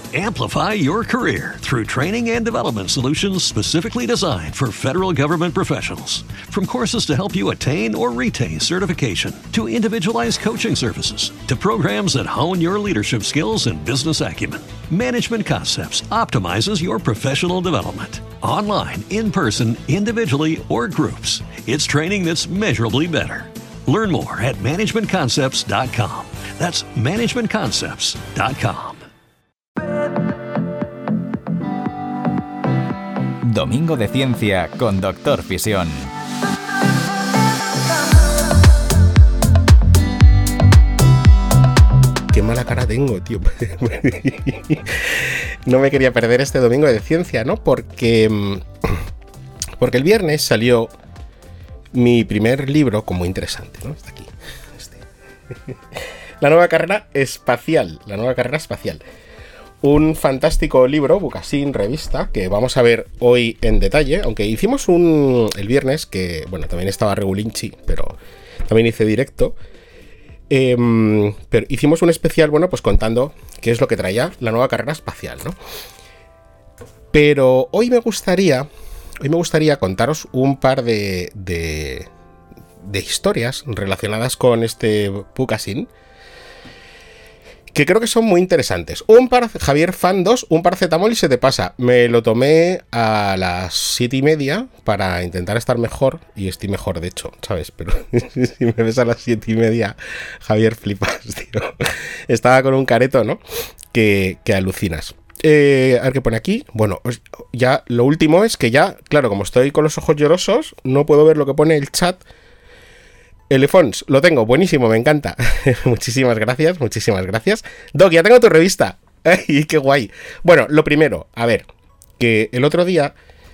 Amplify your career through training and development solutions specifically designed for federal government professionals. From courses to help you attain or retain certification, to individualized coaching services, to programs that hone your leadership skills and business acumen, Management Concepts optimizes your professional development. Online, in person, individually, or groups, it's training that's measurably better. Learn more at managementconcepts.com. That's managementconcepts.com. Domingo de Ciencia con Dr. Fisión. Qué mala cara tengo, tío. No me quería perder este Domingo de Ciencia, ¿no? Porque el viernes salió mi primer libro, como interesante, ¿no? Está aquí. La nueva carrera espacial. Un fantástico libro, Bookassin, revista, que vamos a ver hoy en detalle, aunque hicimos el viernes, que, bueno, también estaba regulinchi, pero también hice directo, pero hicimos un especial, bueno, pues contando qué es lo que traía la nueva carrera espacial, ¿no? Pero hoy me gustaría contaros un par de historias relacionadas con este Bookassin, que creo que son muy interesantes. Javier Fan 2, un paracetamol y se te pasa. Me lo tomé a las 7:30 para intentar estar mejor, y estoy mejor, de hecho, ¿sabes? Pero si me ves a las 7:30, Javier, flipas, tío. Estaba con un careto, ¿no? Que alucinas. A ver qué pone aquí. Bueno, ya lo último es que ya, claro, como estoy con los ojos llorosos, no puedo ver lo que pone el chat. Elefons, lo tengo, buenísimo, me encanta. Muchísimas gracias. Doc, ya tengo tu revista. ¡Ay, qué guay! Bueno, lo primero, a ver, que el otro día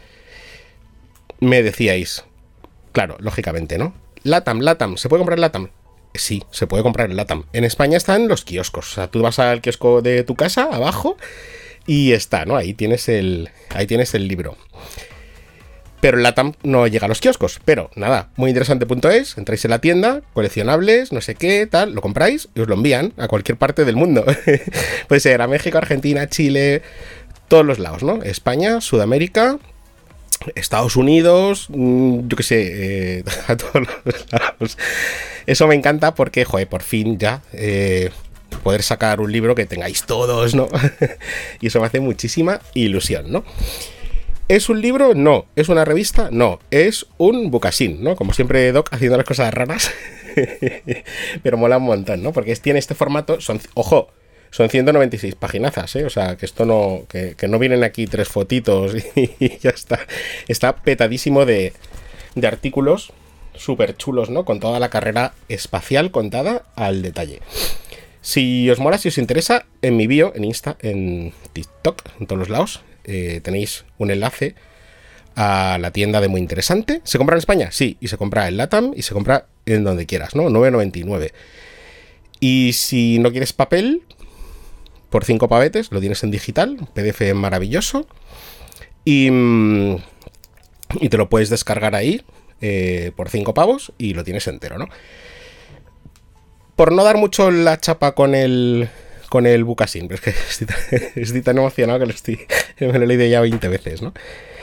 me decíais, claro, lógicamente, ¿no? LATAM, ¿se puede comprar LATAM? Sí, se puede comprar el LATAM. En España están los kioscos, o sea, tú vas al kiosco de tu casa, abajo, y está, ¿no? Ahí tienes el libro. Pero el LATAM no llega a los kioscos. Pero nada, muy interesante.es, entráis en la tienda, coleccionables, no sé qué, tal, lo compráis y os lo envían a cualquier parte del mundo. Puede ser a México, Argentina, Chile, todos los lados, ¿no? España, Sudamérica, Estados Unidos, yo qué sé, a todos los lados. Eso me encanta porque, joder, por fin ya poder sacar un libro que tengáis todos, ¿no? Y eso me hace muchísima ilusión, ¿no? ¿Es un libro? No. ¿Es una revista? No. Es un Bookassin, ¿no? Como siempre, Doc, haciendo las cosas raras. Pero mola un montón, ¿no? Porque tiene este formato, son 196 paginazas, ¿eh? O sea, que esto no, que no vienen aquí 3 fotitos y ya está. Está petadísimo de artículos súper chulos, ¿no? Con toda la carrera espacial contada al detalle. Si os mola, si os interesa, en mi bio, en Insta, en TikTok, en todos los lados, tenéis un enlace a la tienda de Muy Interesante. ¿Se compra en España? Sí, y se compra en LATAM y se compra en donde quieras, ¿no? 9,99. Y si no quieres papel, por 5 pavetes, lo tienes en digital, PDF maravilloso, y te lo puedes descargar ahí por 5 pavos y lo tienes entero, ¿no? Por no dar mucho la chapa con el Bookassin, pero es que estoy tan emocionado que me lo he leído ya 20 veces, ¿no?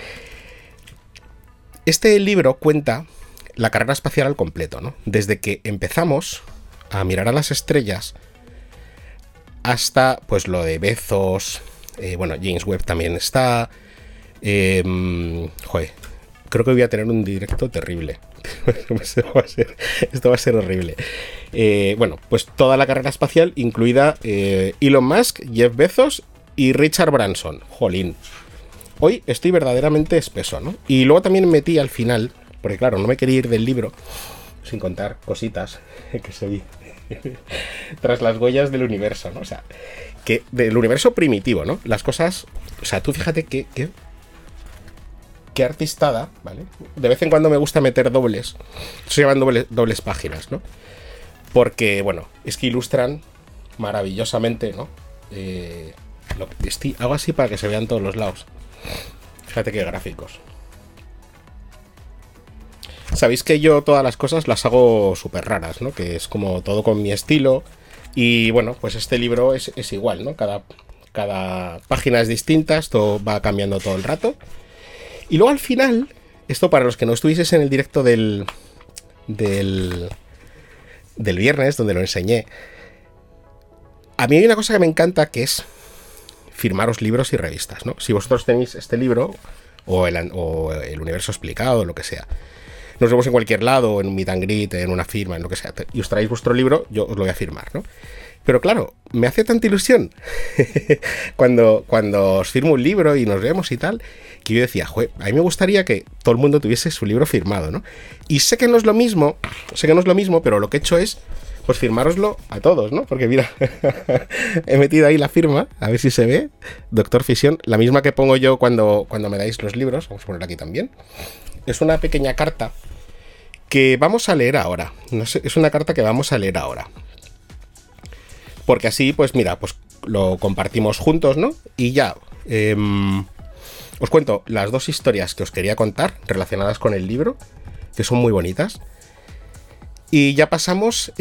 Este libro cuenta la carrera espacial al completo, ¿no? Desde que empezamos a mirar a las estrellas hasta, pues, lo de Bezos, bueno, James Webb también está, joder, creo que voy a tener un directo terrible. Esto va a ser horrible. Bueno, pues toda la carrera espacial, incluida Elon Musk, Jeff Bezos y Richard Branson. Jolín. Hoy estoy verdaderamente espeso, ¿no? Y luego también metí al final, porque claro, no me quería ir del libro sin contar cositas que se vi tras las huellas del universo, ¿no? O sea, que del universo primitivo, ¿no? Las cosas, o sea, tú fíjate qué artistada, ¿vale? De vez en cuando me gusta meter dobles. Se llaman dobles páginas, ¿no? Porque, bueno, es que ilustran maravillosamente, ¿no? Hago así para que se vean todos los lados. Fíjate qué gráficos. Sabéis que yo todas las cosas las hago súper raras, ¿no? Que es como todo con mi estilo. Y bueno, pues este libro es igual, ¿no? Cada cada página es distinta, esto va cambiando todo el rato. Y luego al final, esto para los que no estuvieseis en el directo del viernes, donde lo enseñé, a mí hay una cosa que me encanta, que es firmaros libros y revistas, ¿no? Si vosotros tenéis este libro, o el universo explicado, o lo que sea, nos vemos en cualquier lado, en un meet and greet, en una firma, en lo que sea, y os traéis vuestro libro, yo os lo voy a firmar, ¿no? Pero claro, me hace tanta ilusión cuando os firmo un libro y nos vemos y tal, que yo decía, a mí me gustaría que todo el mundo tuviese su libro firmado, ¿no? Y sé que no es lo mismo, pero lo que he hecho es, pues, firmároslo a todos, ¿no? Porque mira, he metido ahí la firma, a ver si se ve, Doctor Fisión, la misma que pongo yo cuando me dais los libros, vamos a poner aquí también. Es una pequeña carta que vamos a leer ahora. No sé, es una carta que vamos a leer ahora. Porque así, pues mira, pues lo compartimos juntos, ¿no? Y ya, os cuento las dos historias que os quería contar relacionadas con el libro, que son muy bonitas. Y ya pasamos,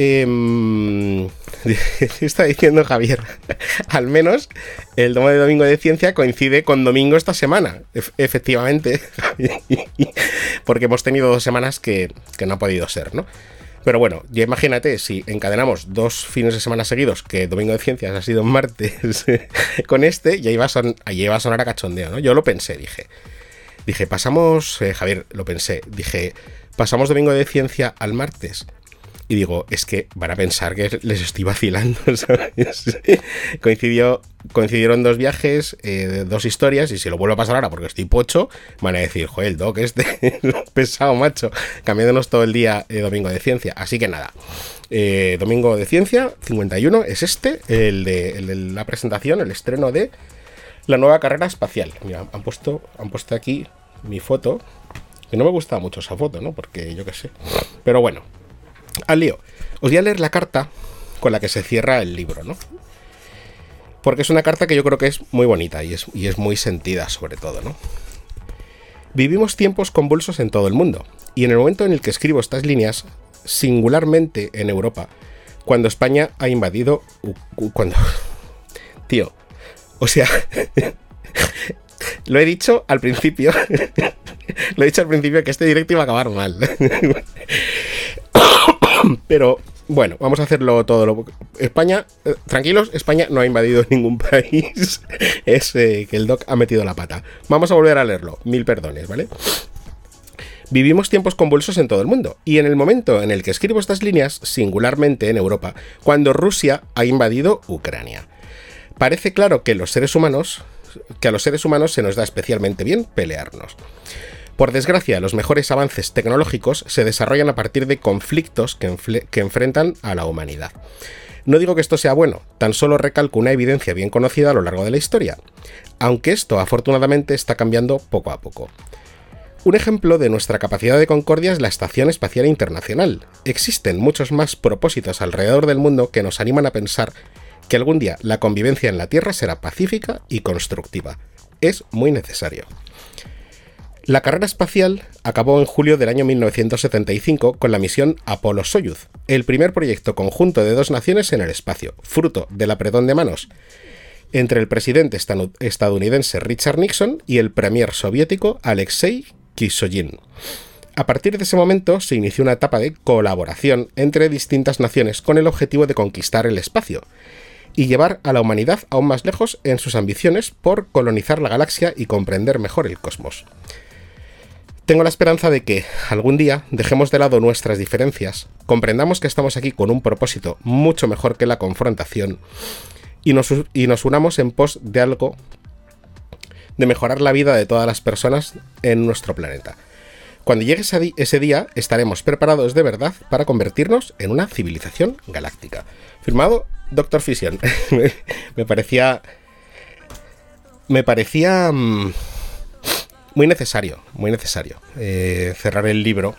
está diciendo Javier, al menos el domo de domingo de ciencia coincide con domingo esta semana. Efectivamente, porque hemos tenido 2 semanas que no ha podido ser, ¿no? Pero bueno, ya imagínate, si encadenamos 2 fines de semana seguidos, que domingo de ciencias ha sido martes, con este, ya iba a sonar a cachondeo, ¿no? Yo lo pensé, dije, pasamos, Javier, lo pensé, dije, pasamos domingo de ciencia al martes. Y digo, es que van a pensar que les estoy vacilando, ¿sabes? Coincidieron 2 viajes, 2 historias, y si lo vuelvo a pasar ahora porque estoy pocho, van a decir, joder, el doc pesado, macho, cambiándonos todo el día domingo de ciencia. Así que nada, domingo de ciencia 51 es el de la presentación, el estreno de la nueva carrera espacial. Mira, han puesto aquí mi foto, que no me gusta mucho esa foto, ¿no? Porque yo qué sé. Pero bueno. Al lío, os voy a leer la carta con la que se cierra el libro, ¿no? Porque es una carta que yo creo que es muy bonita y es muy sentida, sobre todo, ¿no? Vivimos tiempos convulsos en todo el mundo, y en el momento en el que escribo estas líneas, singularmente en Europa, cuando España ha invadido... Tío, o sea... Lo he dicho al principio que este directo iba a acabar mal. Pero bueno, vamos a hacerlo todo. España, tranquilos, España no ha invadido ningún país. Es que el doc ha metido la pata. Vamos a volver a leerlo. 1000 perdones, ¿vale? Vivimos tiempos convulsos en todo el mundo, y en el momento en el que escribo estas líneas, singularmente en Europa, cuando Rusia ha invadido Ucrania. Parece claro que a los seres humanos se nos da especialmente bien pelearnos. Por desgracia, los mejores avances tecnológicos se desarrollan a partir de conflictos que enfrentan a la humanidad. No digo que esto sea bueno, tan solo recalco una evidencia bien conocida a lo largo de la historia, aunque esto afortunadamente está cambiando poco a poco. Un ejemplo de nuestra capacidad de concordia es la Estación Espacial Internacional. Existen muchos más propósitos alrededor del mundo que nos animan a pensar que algún día la convivencia en la Tierra será pacífica y constructiva. Es muy necesario. La carrera espacial acabó en julio del año 1975 con la misión Apolo-Soyuz, el primer proyecto conjunto de 2 naciones en el espacio, fruto del apretón de manos entre el presidente estadounidense Richard Nixon y el premier soviético Alexei Kishogin. A partir de ese momento se inició una etapa de colaboración entre distintas naciones con el objetivo de conquistar el espacio y llevar a la humanidad aún más lejos en sus ambiciones por colonizar la galaxia y comprender mejor el cosmos. Tengo la esperanza de que algún día dejemos de lado nuestras diferencias, comprendamos que estamos aquí con un propósito mucho mejor que la confrontación y nos unamos en pos de algo, de mejorar la vida de todas las personas en nuestro planeta. Cuando llegue ese día, estaremos preparados de verdad para convertirnos en una civilización galáctica. Firmado Doctor Fisión. Me parecía muy necesario cerrar el libro,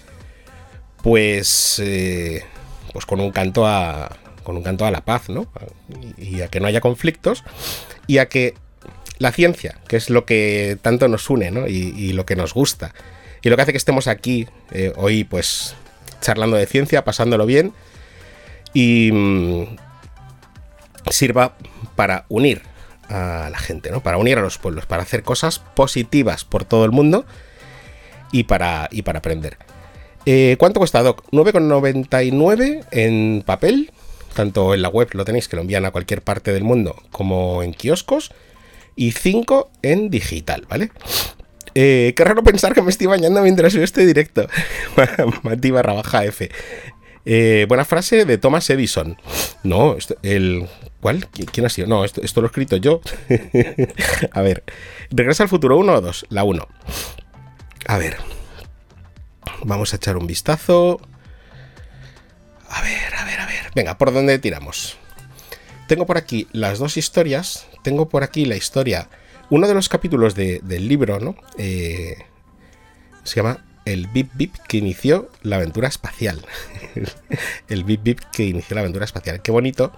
pues con un canto a la paz, ¿no? Y a que no haya conflictos, y a que la ciencia, que es lo que tanto nos une, ¿no? Y lo que nos gusta, y lo que hace que estemos aquí hoy, pues charlando de ciencia, pasándolo bien, y sirva para unir a la gente, ¿no? Para unir a los pueblos, para hacer cosas positivas por todo el mundo y para aprender. ¿Cuánto cuesta, Doc? 9,99 en papel, tanto en la web lo tenéis, que lo envían a cualquier parte del mundo, como en kioscos, y 5 en digital, ¿vale? Qué raro pensar que me estoy bañando mientras veo este directo. Mati_F. Buena frase de Thomas Edison. No, ¿cuál? ¿Quién ha sido? No, esto lo he escrito yo. A ver, ¿Regresa al futuro 1 o 2? La 1. A ver, vamos a echar un vistazo. A ver. Venga, ¿por dónde tiramos? Tengo por aquí las dos historias. Tengo por aquí la historia, uno de los capítulos del libro, ¿no? Se llama El Bip Bip que inició la aventura espacial. El Bip Bip que inició la aventura espacial. Qué bonito.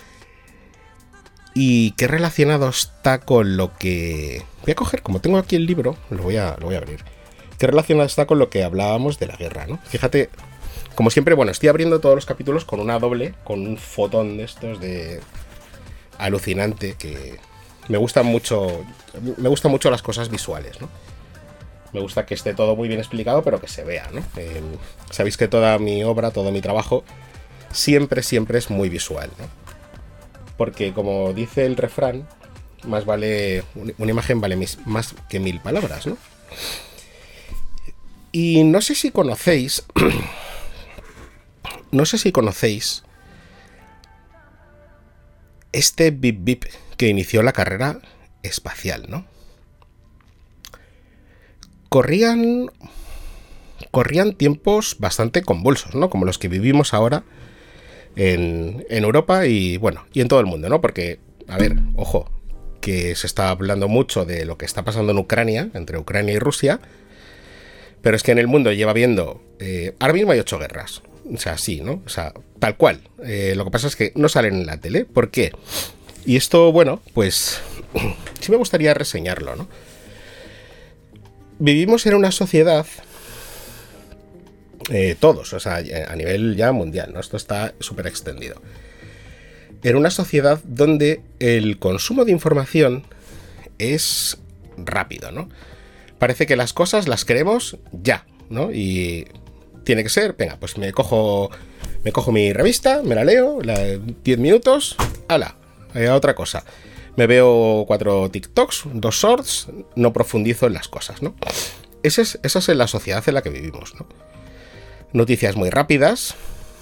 Y qué relacionado está con lo que... Voy a coger, como tengo aquí el libro, lo voy a abrir. Qué relacionado está con lo que hablábamos de la guerra, ¿no? Fíjate, como siempre, bueno, estoy abriendo todos los capítulos con una doble, con un fotón de estos de... alucinante, que me gustan mucho las cosas visuales, ¿no? Me gusta que esté todo muy bien explicado, pero que se vea, ¿no? Sabéis que toda mi obra, todo mi trabajo, siempre es muy visual, ¿no? Porque, como dice el refrán, más vale una imagen vale más que 1000 palabras, ¿no? Y no sé si conocéis este Bip Bip que inició la carrera espacial, ¿no? Corrían tiempos bastante convulsos, ¿no? Como los que vivimos ahora en Europa y, bueno, y en todo el mundo, ¿no? Porque, a ver, ojo, que se está hablando mucho de lo que está pasando en Ucrania, entre Ucrania y Rusia, pero es que en el mundo lleva habiendo... ahora mismo hay 8 guerras. O sea, sí, ¿no? O sea, tal cual. Lo que pasa es que no salen en la tele. ¿Por qué? Y esto, bueno, pues sí me gustaría reseñarlo, ¿no? Vivimos en una sociedad, todos, o sea, a nivel ya mundial, ¿no? Esto está súper extendido. En una sociedad donde el consumo de información es rápido, ¿no? Parece que las cosas las queremos ya, ¿no? Y tiene que ser, venga, pues me cojo mi revista, me la leo, 10 minutos, ¡hala! A otra cosa. Me veo 4 TikToks, 2 shorts, no profundizo en las cosas, ¿no? Esa es la sociedad en la que vivimos, ¿no? Noticias muy rápidas.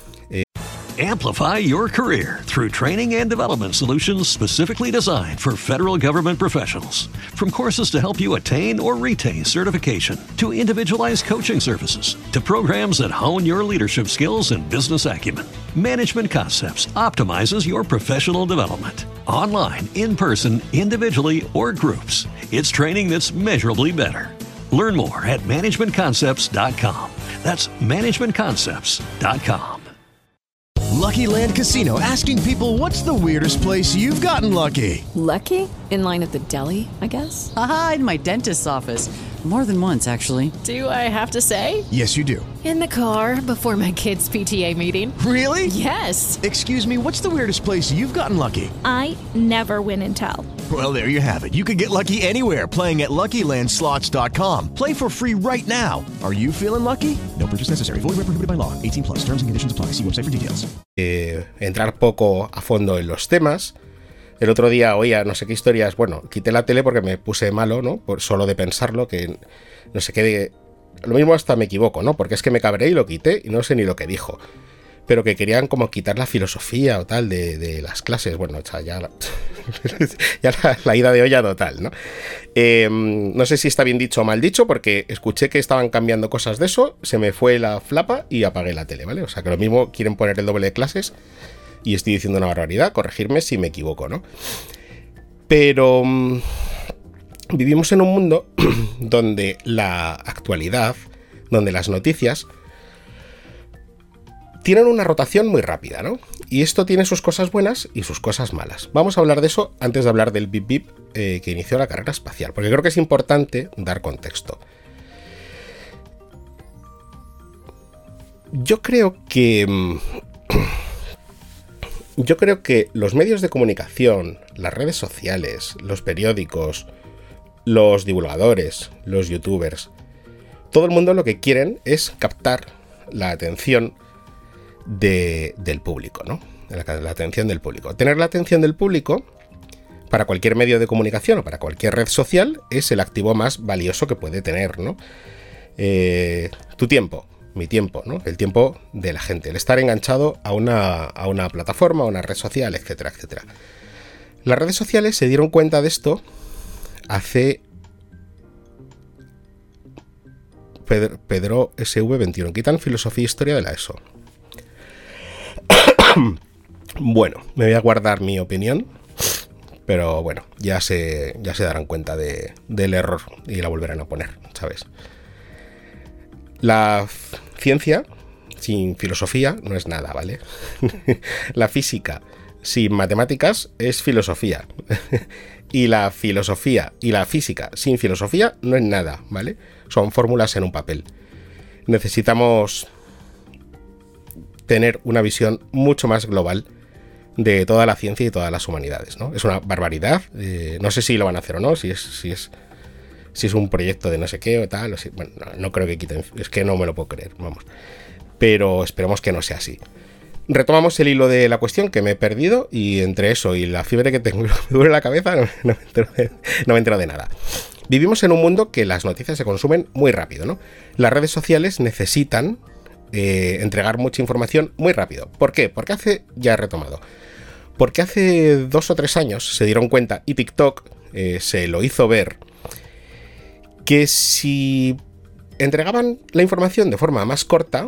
Amplify your career through training and development solutions specifically designed for federal government professionals. From courses to help you attain or retain certification, to individualized coaching services, to programs that hone your leadership skills and business acumen, Management Concepts optimizes your professional development. Online, in person, individually, or groups, it's training that's measurably better. Learn more at managementconcepts.com. That's managementconcepts.com. Lucky Land Casino, asking people, what's the weirdest place you've gotten lucky? Lucky? In line at the deli, I guess? Aha, in my dentist's office. More than once, actually. Do I have to say? Yes, you do. In the car before my kids' PTA meeting. Really? Yes. Excuse me, what's the weirdest place you've gotten lucky? I never win and tell. Well, there you have it. You can get lucky anywhere, playing at LuckyLandSlots.com. Play for free right now. Are you feeling lucky? No purchase necessary. Void where prohibited by law. 18+. Terms and conditions apply. See website for details. Entrar poco a fondo en los temas. El otro día oía no sé qué historias. Bueno, quité la tele porque me puse malo, ¿no? Por solo de pensarlo, que no sé qué. Lo mismo hasta me equivoco, ¿no? Porque es que me cabré y lo quité y no sé ni lo que dijo. Pero que querían como quitar la filosofía o tal de las clases. Bueno, ya la ida de olla total, ¿no? No sé si está bien dicho o mal dicho, porque escuché que estaban cambiando cosas de eso, se me fue la flapa y apagué la tele, ¿vale? O sea que lo mismo quieren poner el doble de clases y estoy diciendo una barbaridad, corregirme si me equivoco, ¿no? Pero vivimos en un mundo donde la actualidad, donde las noticias tienen una rotación muy rápida, ¿no? Y esto tiene sus cosas buenas y sus cosas malas. Vamos a hablar de eso antes de hablar del Bip Bip que inició la carrera espacial, porque creo que es importante dar contexto. Yo creo que yo creo que los medios de comunicación, las redes sociales, los periódicos, los divulgadores, los youtubers, todo el mundo lo que quieren es captar la atención del público, ¿no? La atención del público. Tener la atención del público para cualquier medio de comunicación o para cualquier red social es el activo más valioso que puede tener, ¿no? Tu tiempo, mi tiempo, ¿no? El tiempo de la gente, el estar enganchado a una plataforma, a una red social, etcétera, etcétera. Las redes sociales se dieron cuenta de esto hace Pedro SV21, quitan filosofía e historia de la ESO. Bueno, me voy a guardar mi opinión, pero bueno, ya se darán cuenta del error y la volverán a poner, ¿sabes? La ciencia sin filosofía no es nada, ¿vale? La física sin matemáticas es filosofía. Y la filosofía y la física sin filosofía no es nada, ¿vale? Son fórmulas en un papel. Necesitamos tener una visión mucho más global de toda la ciencia y todas las humanidades, ¿no? Es una barbaridad. No sé si lo van a hacer o no, si es un proyecto de no sé qué o tal. Bueno, no creo que quiten, es que no me lo puedo creer, vamos. Pero esperemos que no sea así. Retomamos el hilo de la cuestión que me he perdido y entre eso y la fiebre que tengo, me duele la cabeza, no me entero de nada. Vivimos en un mundo que las noticias se consumen muy rápido, ¿no? Las redes sociales necesitan entregar mucha información muy rápido. ¿Por qué? Porque ya he retomado. Porque hace 2 o 3 años se dieron cuenta y TikTok se lo hizo ver que si entregaban la información de forma más corta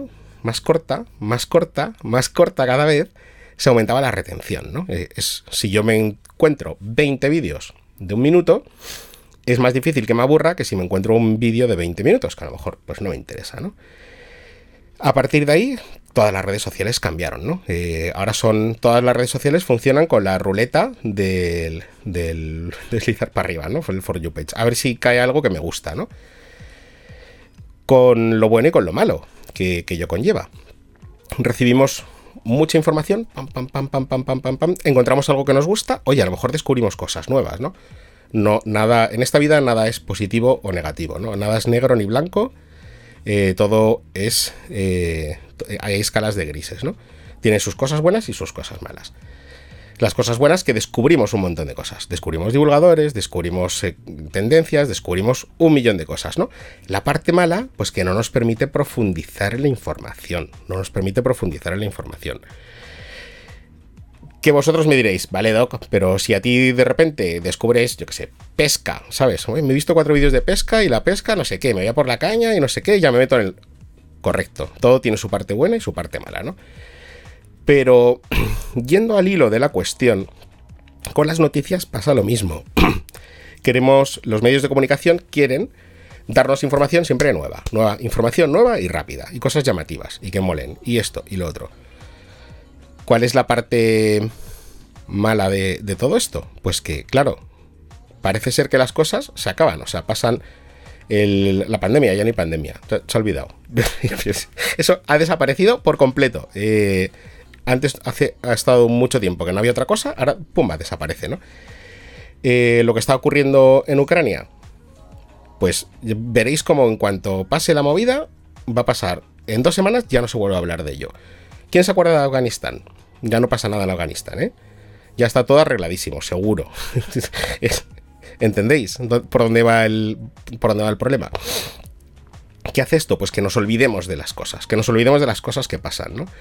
cada vez, se aumentaba la retención, ¿no? Si yo me encuentro 20 vídeos de 1 minuto, es más difícil que me aburra que si me encuentro un vídeo de 20 minutos, que a lo mejor pues no me interesa, ¿no? A partir de ahí, todas las redes sociales cambiaron, ¿no? Ahora todas las redes sociales funcionan con la ruleta del deslizar para arriba, ¿no? El For You page. A ver si cae algo que me gusta, ¿no? Con lo bueno y con lo malo que ello conlleva. Recibimos mucha información, pam, encontramos algo que nos gusta, oye, a lo mejor descubrimos cosas nuevas, ¿no? No, nada, en esta vida nada es positivo o negativo, ¿no? Nada es negro ni blanco, todo es... hay escalas de grises, ¿no? Tiene sus cosas buenas y sus cosas malas. Las cosas buenas que descubrimos un montón de cosas. Descubrimos divulgadores, descubrimos tendencias, descubrimos 1.000.000 de cosas, ¿no? La parte mala, pues que no nos permite profundizar en la información. Que vosotros me diréis, vale, Doc, pero si a ti de repente descubres, yo qué sé, pesca, ¿sabes? Me he visto 4 vídeos de pesca y la pesca, no sé qué, me voy a por la caña y no sé qué, ya me meto en el... Correcto, todo tiene su parte buena y su parte mala, ¿no? Pero, yendo al hilo de la cuestión, con las noticias pasa lo mismo. Los medios de comunicación quieren darnos información siempre nueva información nueva y rápida, y cosas llamativas, y que molen, y esto, y lo otro. ¿Cuál es la parte mala de todo esto? Pues que, claro, parece ser que las cosas se acaban, o sea, pasan la pandemia, ya no hay pandemia, se ha olvidado. Eso ha desaparecido por completo. Antes ha estado mucho tiempo que no había otra cosa, ahora, pumba, desaparece, ¿no? Lo que está ocurriendo en Ucrania, pues veréis como en cuanto pase la movida, va a pasar en 2 semanas, ya no se vuelve a hablar de ello. ¿Quién se acuerda de Afganistán? Ya no pasa nada en Afganistán, ¿eh? Ya está todo arregladísimo, seguro. ¿Entendéis por dónde va el problema? ¿Qué hace esto? Pues que nos olvidemos de las cosas, que pasan, ¿no?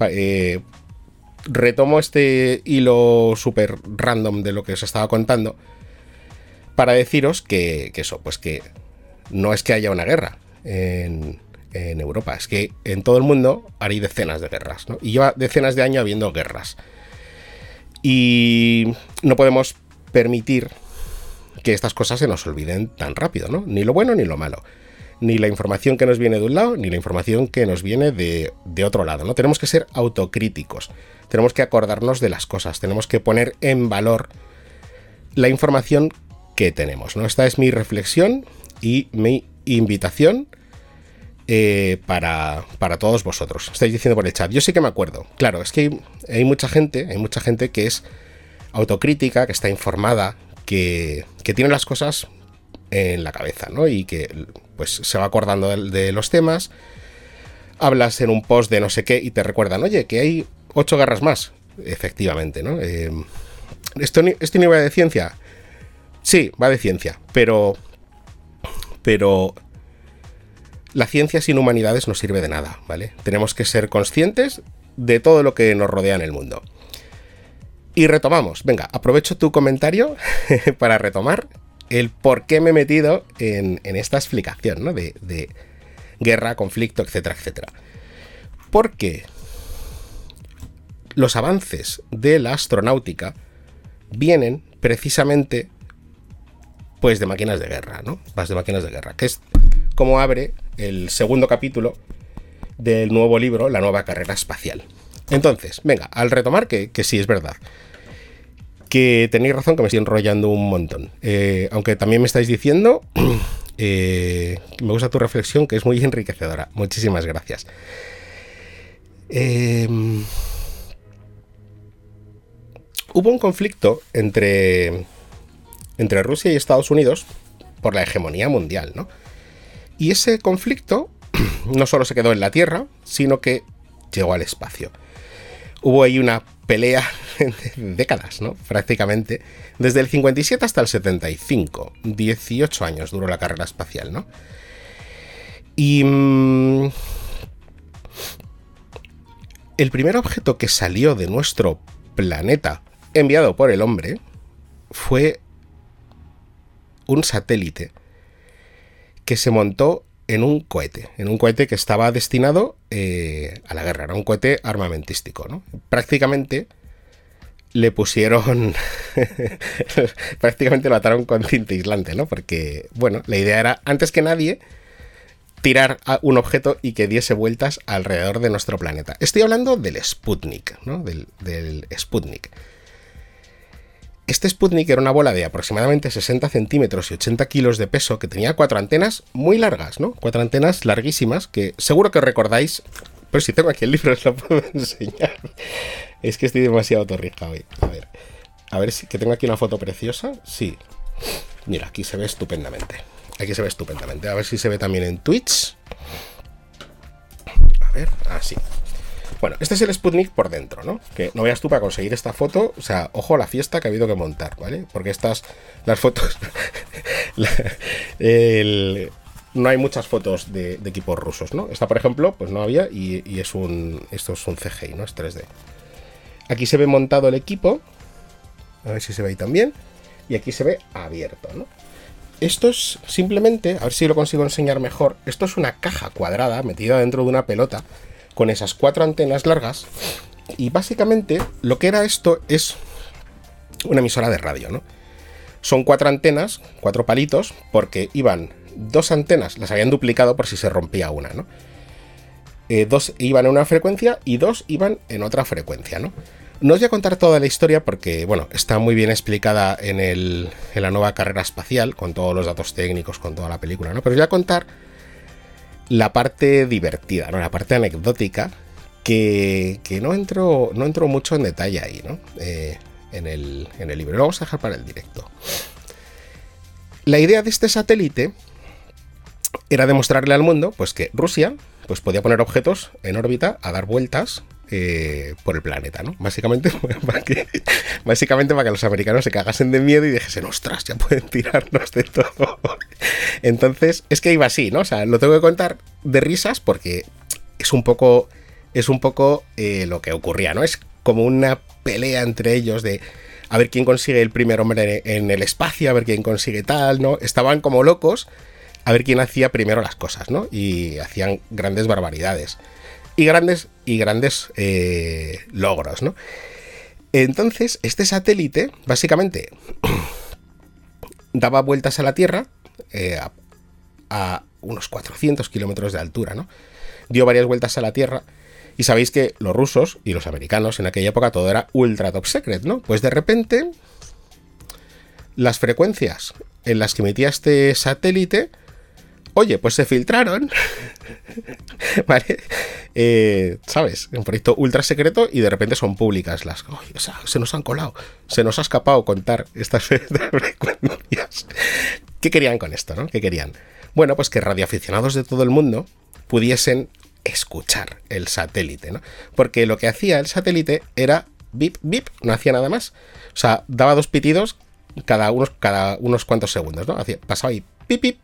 Retomo este hilo súper random de lo que os estaba contando para deciros que eso, pues que no es que haya una guerra en Europa, es que en todo el mundo hay decenas de guerras, ¿no? Y lleva decenas de años habiendo guerras. Y no podemos permitir que estas cosas se nos olviden tan rápido, ¿no? Ni lo bueno ni lo malo. Ni la información que nos viene de un lado, ni la información que nos viene de otro lado, ¿no? Tenemos que ser autocríticos, tenemos que acordarnos de las cosas, tenemos que poner en valor la información que tenemos, ¿no? Esta es mi reflexión y mi invitación para todos vosotros. Estáis diciendo por el chat, yo sí que me acuerdo. Claro, es que hay mucha gente que es autocrítica, que está informada, que tiene las cosas en la cabeza, ¿no? Y que pues se va acordando de los temas. Hablas en un post de no sé qué y te recuerdan, oye, que hay 8 guerras más. Efectivamente, ¿no? ¿Esto no va de ciencia? Sí, va de ciencia, pero la ciencia sin humanidades no sirve de nada, ¿vale? Tenemos que ser conscientes de todo lo que nos rodea en el mundo. Y retomamos. Venga, aprovecho tu comentario para retomar el por qué me he metido en esta explicación, ¿no? De guerra, conflicto, etcétera, etcétera. Porque los avances de la astronáutica vienen precisamente pues de máquinas de guerra, ¿no? Más de máquinas de guerra, que es como abre el segundo capítulo del nuevo libro, La nueva carrera espacial. Entonces, venga, al retomar que sí es verdad, que tenéis razón, que me estoy enrollando un montón. Aunque también me estáis diciendo, me gusta tu reflexión, que es muy enriquecedora. Muchísimas gracias. Hubo un conflicto entre Rusia y Estados Unidos por la hegemonía mundial, ¿no? Y ese conflicto no solo se quedó en la Tierra, sino que llegó al espacio. Hubo ahí una pelea de décadas, ¿no? Prácticamente. Desde el 57 hasta el 75. 18 años duró la carrera espacial, ¿no? Y el primer objeto que salió de nuestro planeta, enviado por el hombre, fue un satélite que se montó en un cohete que estaba destinado a la guerra. Era un cohete armamentístico, ¿no? Prácticamente le pusieron prácticamente lo ataron con cinta aislante, ¿no? Porque, bueno, la idea era, antes que nadie, tirar a un objeto y que diese vueltas alrededor de nuestro planeta. Estoy hablando del Sputnik, ¿no? Del Sputnik. Este Sputnik era una bola de aproximadamente 60 centímetros y 80 kilos de peso que tenía 4 antenas muy largas, ¿no? 4 antenas larguísimas que seguro que recordáis, pero si tengo aquí el libro os lo puedo enseñar. Es que estoy demasiado torrija hoy. A ver si que tengo aquí una foto preciosa. Sí. Mira, aquí se ve estupendamente. Aquí se ve estupendamente. A ver si se ve también en Twitch. A ver, así. Bueno, este es el Sputnik por dentro, ¿no? Que no veas tú para conseguir esta foto, o sea, ojo a la fiesta que ha habido que montar, ¿vale? Porque las fotos... no hay muchas fotos de equipos rusos, ¿no? Esta, por ejemplo, pues no había y esto es un CGI, ¿no? Es 3D. Aquí se ve montado el equipo, a ver si se ve ahí también, y aquí se ve abierto, ¿no? Esto es simplemente, a ver si lo consigo enseñar mejor, esto es una caja cuadrada metida dentro de una pelota, con esas 4 antenas largas, y básicamente lo que era esto es una emisora de radio, ¿no? Son 4 antenas, 4 palitos, porque iban 2 antenas, las habían duplicado por si se rompía una, ¿no? 2 iban en una frecuencia y 2 iban en otra frecuencia, ¿no? No os voy a contar toda la historia porque, bueno, está muy bien explicada en la nueva carrera espacial, con todos los datos técnicos, con toda la película, ¿no? Pero os voy a contar la parte divertida, ¿no? La parte anecdótica que no entro mucho en detalle ahí, ¿no? En el libro. Lo vamos a dejar para el directo. La idea de este satélite era demostrarle al mundo pues que Rusia pues podía poner objetos en órbita a dar vueltas por el planeta, ¿no? Básicamente para que los americanos se cagasen de miedo y dijesen, ostras, ya pueden tirarnos de todo. Entonces, es que iba así, ¿no? O sea, lo tengo que contar de risas porque es un poco lo que ocurría, ¿no? Es como una pelea entre ellos de a ver quién consigue el primer hombre en el espacio, a ver quién consigue tal, ¿no? Estaban como locos a ver quién hacía primero las cosas, ¿no? Y hacían grandes barbaridades. Y grandes logros, ¿no? Entonces, este satélite, básicamente, daba vueltas a la Tierra a unos 400 kilómetros de altura, ¿no? Dio varias vueltas a la Tierra y sabéis que los rusos y los americanos en aquella época todo era ultra top secret, ¿no? Pues de repente, las frecuencias en las que emitía este satélite, Oye, pues se filtraron, ¿vale? ¿Sabes? Un proyecto ultra secreto y de repente son públicas las... ¡Oh, o sea, se nos han colado! Se nos ha escapado contar estas frecuencias. ¿Qué querían con esto, no? ¿Qué querían? Bueno, pues que radioaficionados de todo el mundo pudiesen escuchar el satélite, ¿no? Porque lo que hacía el satélite era bip, bip, no hacía nada más. O sea, daba 2 pitidos cada unos cuantos segundos, ¿no? Pasaba ahí, pip, pip,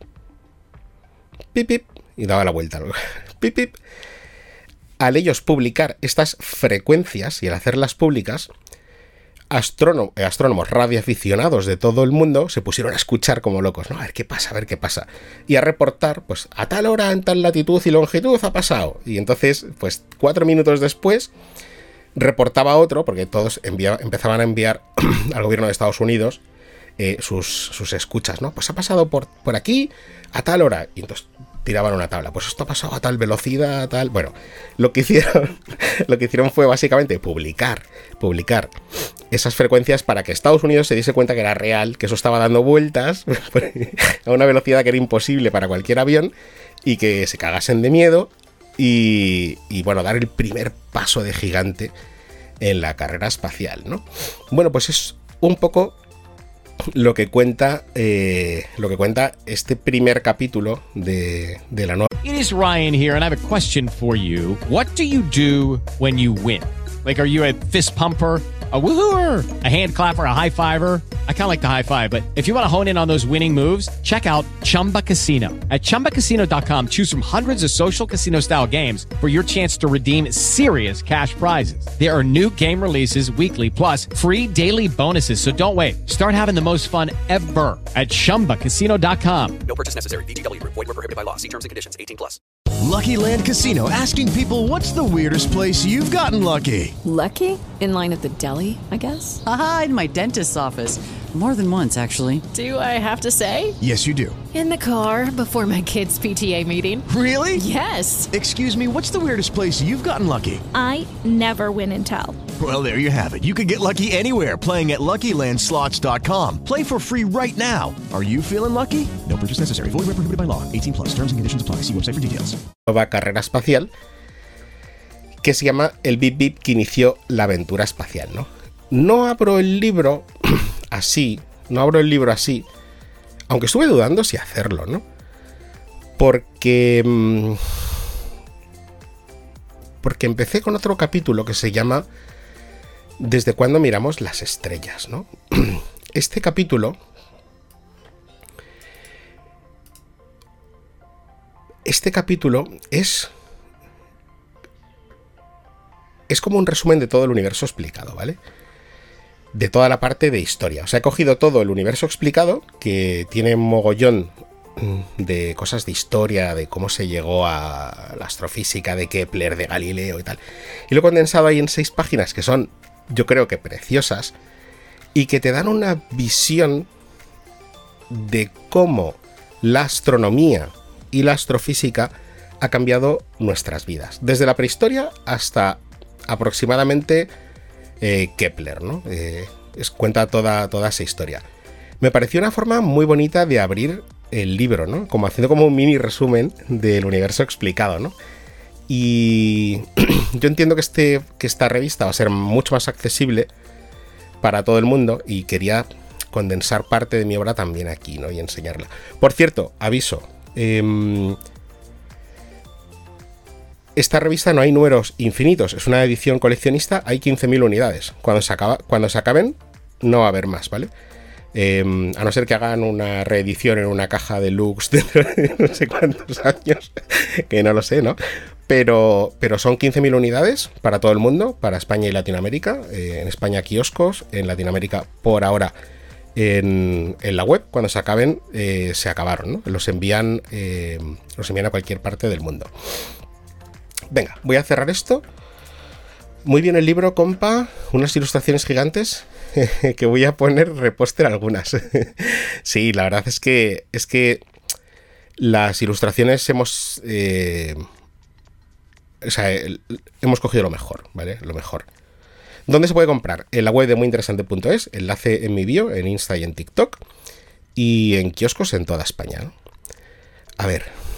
pip, pip, y daba la vuelta. Pip, pip. Al ellos publicar estas frecuencias y al hacerlas públicas, astrónomos radioaficionados de todo el mundo se pusieron a escuchar como locos, ¿no? A ver qué pasa. Y a reportar, pues a tal hora, en tal latitud y longitud ha pasado. Y entonces, pues 4 minutos después, reportaba otro, porque todos empezaban a enviar al gobierno de Estados Unidos sus escuchas, ¿no? Pues ha pasado por aquí a tal hora. Y entonces tiraban una tabla. Pues esto ha pasado a tal velocidad, a tal... Bueno, lo que hicieron fue básicamente publicar esas frecuencias para que Estados Unidos se diese cuenta que era real, que eso estaba dando vueltas a una velocidad que era imposible para cualquier avión y que se cagasen de miedo y bueno, dar el primer paso de gigante en la carrera espacial, ¿no? Bueno, pues es un poco lo que cuenta este primer capítulo de la nueva. It is Ryan here, and I have a question for you. What do you do when you win? Like, are you a fist pumper, a woohooer, a hand clapper, a high fiver? I kind of like the high five, but if you want to hone in on those winning moves, check out Chumba Casino. At ChumbaCasino.com, choose from hundreds of social casino-style games for your chance to redeem serious cash prizes. There are new game releases weekly, plus free daily bonuses, so don't wait. Start having the most fun ever at ChumbaCasino.com. No purchase necessary. VGW Group. Void where prohibited by law. See terms and conditions. 18+. Lucky Land Casino, asking people, what's the weirdest place you've gotten lucky? Lucky? In line at the deli, I guess? Aha, in my dentist's office. More than once, actually. Do I have to say? Yes, you do. In the car before my kids' PTA meeting. Really? Yes. Excuse me, what's the weirdest place you've gotten lucky? I never win and tell. Well, there you have it. You can get lucky anywhere, playing at LuckyLandSlots.com. Play for free right now. Are you feeling lucky? No purchase necessary. Void where prohibited by law. 18+. Terms and conditions apply. See website for details. Nueva carrera espacial que se llama el Bip Bip que inició la aventura espacial, ¿no? No abro el libro así, aunque estuve dudando si hacerlo, ¿no? Porque empecé con otro capítulo que se llama ¿Desde cuándo miramos las estrellas?, ¿no? Este capítulo es como un resumen de todo el universo explicado, ¿vale? De toda la parte de historia. O sea, he cogido todo el universo explicado, que tiene un mogollón de cosas de historia, de cómo se llegó a la astrofísica, de Kepler, de Galileo y tal. Y lo he condensado ahí en 6 páginas, que son, yo creo que preciosas, y que te dan una visión de cómo la astronomía y la astrofísica ha cambiado nuestras vidas. Desde la prehistoria hasta aproximadamente Kepler, ¿no? Cuenta toda esa historia. Me pareció una forma muy bonita de abrir el libro, ¿no? Como haciendo como un mini resumen del universo explicado, ¿no? Y yo entiendo que esta revista va a ser mucho más accesible para todo el mundo y quería condensar parte de mi obra también aquí, ¿no? Y enseñarla. Por cierto, aviso. Esta revista no hay números infinitos, es una edición coleccionista, hay 15.000 unidades. Cuando se acaben, no va a haber más, ¿vale? A no ser que hagan una reedición en una caja deluxe dentro de no sé cuántos años, que no lo sé, ¿no? Pero son 15.000 unidades para todo el mundo, para España y Latinoamérica. En España kioscos, en Latinoamérica por ahora en la web. Cuando se acaben, se acabaron, ¿no? Los envían a cualquier parte del mundo. Venga, voy a cerrar esto. Muy bien el libro, compa. Unas ilustraciones gigantes que voy a poner repóster algunas. Sí, la verdad es que las ilustraciones hemos cogido lo mejor, ¿vale? Lo mejor. ¿Dónde se puede comprar? En la web de muyinteresante.es, enlace en mi bio, en Insta y en TikTok, y en kioscos en toda España, ¿no? A ver,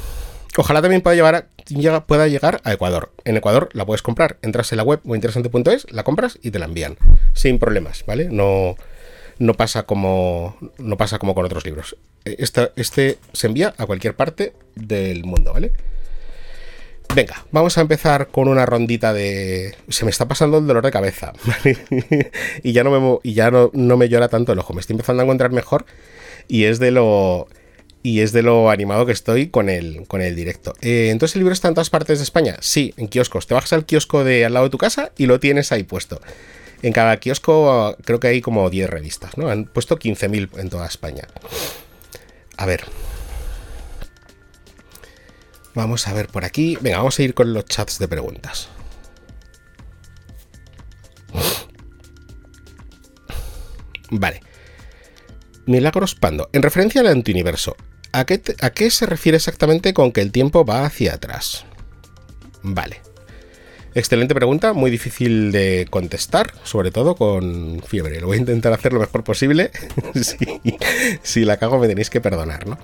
Ojalá también pueda llegar a Ecuador. En Ecuador la puedes comprar, entras en la web mointeresante.es, la compras y te la envían sin problemas, ¿vale? No pasa como con otros libros. Este se envía a cualquier parte del mundo, ¿vale? Venga, vamos a empezar con una rondita de... Se me está pasando el dolor de cabeza, ¿vale? y ya no me llora tanto el ojo. Me estoy empezando a encontrar mejor y es de lo animado que estoy con el directo. Entonces, ¿el libro está en todas partes de España? Sí, en kioscos. Te bajas al kiosco de al lado de tu casa y lo tienes ahí puesto. En cada kiosco creo que hay como 10 revistas, ¿no? Han puesto 15.000 en toda España. A ver. Vamos a ver por aquí. Venga, vamos a ir con los chats de preguntas. Vale. Milagros Pando. En referencia al antiuniverso, ¿a qué se refiere exactamente con que el tiempo va hacia atrás? Vale. Excelente pregunta, muy difícil de contestar, sobre todo con fiebre. Lo voy a intentar hacer lo mejor posible. Si la cago me tenéis que perdonar, ¿no?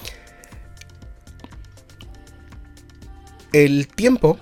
El tiempo